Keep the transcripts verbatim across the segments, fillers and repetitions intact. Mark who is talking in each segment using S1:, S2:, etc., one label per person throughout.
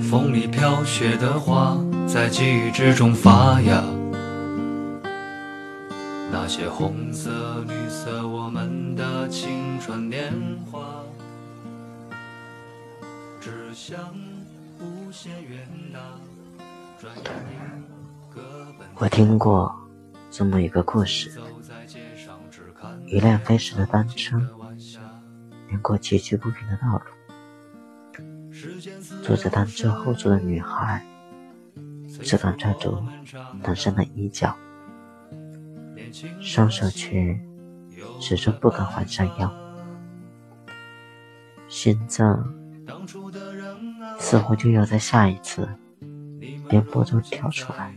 S1: 风里飘雪的花在记忆之中发芽，那些红色绿色我们的青春年华，只想无限远大，转眼一个奔
S2: 我听过这么一个故事，一辆飞驰的单车连过崎岖不平的道路，坐在单车后座的女孩只敢拽住男生的衣角，双手却始终不敢环上腰，心脏似乎就要在下一次颠簸中跳出来。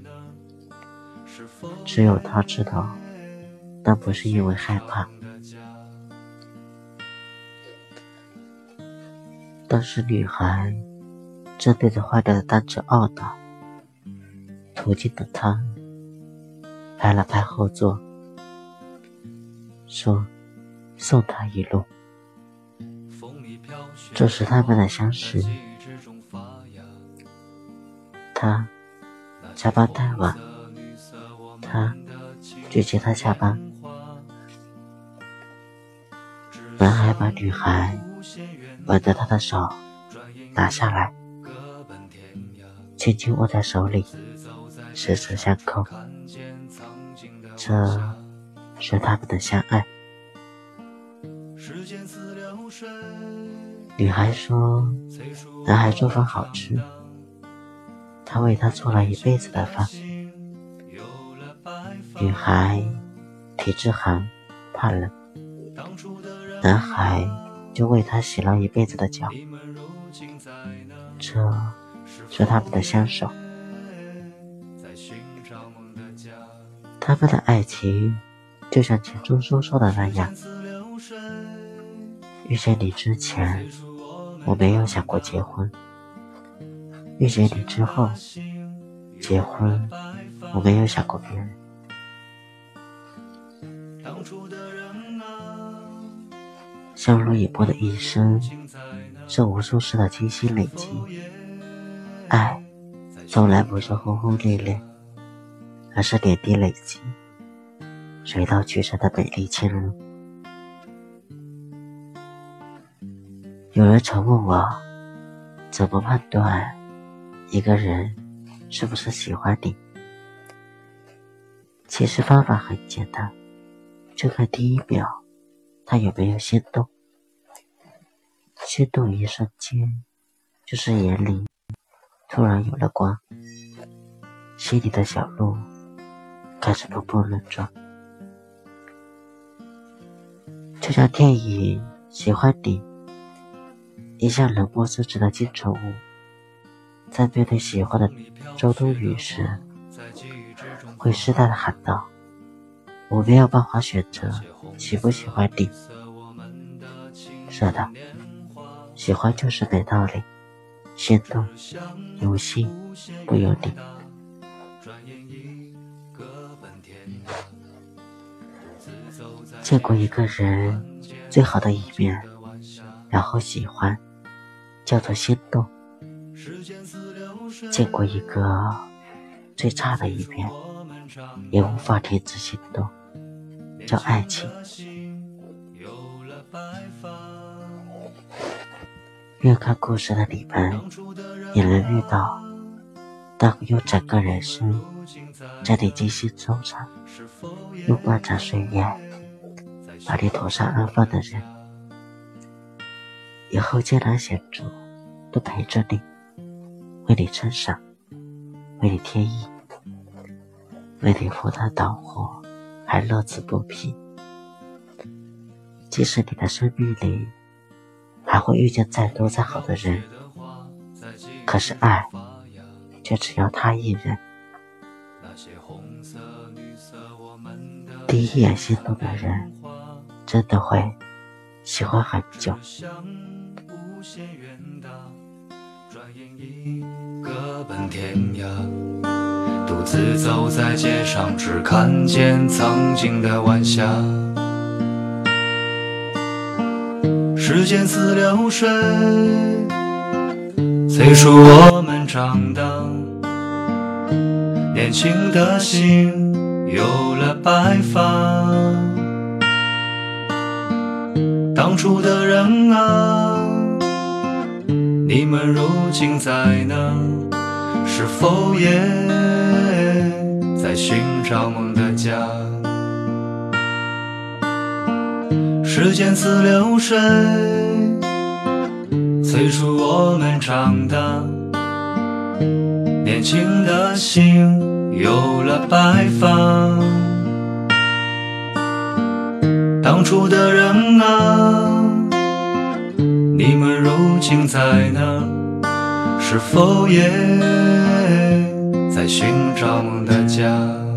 S2: 只有他知道，那不是因为害怕。当时女孩正对着坏掉的单车懊恼，途经的他拍了拍后座，说送她一路。这是他们的相识。他加班太晚，他去接她下班。男孩把女孩挽着她的手拿下来，轻轻握在手里，十指相扣。这是他们的相爱。女孩说男孩做饭好吃，他为她做了一辈子的饭。女孩体质寒，怕冷，男孩就为她洗了一辈子的脚。这是他们的相守。他们的爱情就像钱钟书说的那样，遇见你之前我没有想过结婚，遇见你之后结婚我没有想过别人。相濡以沫的一生是无数次的精心累积，爱从来不是轰轰烈烈，而是点滴累积，水到渠成的美丽亲人。有人曾问我，怎么判断一个人是不是喜欢你？其实方法很简单，就看第一秒他有没有心动。心动一瞬间，就是眼里突然有了光，心里的小鹿开始蹦蹦乱撞。就像电影《喜欢你》，一向冷漠自知的金城武，在面对喜欢的周冬雨时，会试探地喊道：我没有办法选择喜不喜欢你。是的，喜欢就是没道理，心动有心不由你。见过一个人最好的一面，然后喜欢，叫做心动。见过一个最差的一面，也无法停止心动，叫爱情。愿看故事的你们也能遇到那会用整个人生在你精心收藏，用漫长岁月把你妥善安放的人。以后艰难险阻都陪着你，为你撑伞，为你添衣，为你赴汤蹈火，还乐此不疲。即使你的生命里还会遇见再多再好的人，可是爱却只要他一人。第一眼心动的人真的会喜欢很久。
S1: 各奔天涯，独自走在街上，只看见曾经的晚霞。时间似流水， 催促我们长大，年轻的心有了白发。当初的人啊，你们如今在哪？是否也在寻找梦的家？时间似流水，催促我们长大，年轻的心有了白发。当初的人啊，你们如今在哪？是否也在寻找梦的家？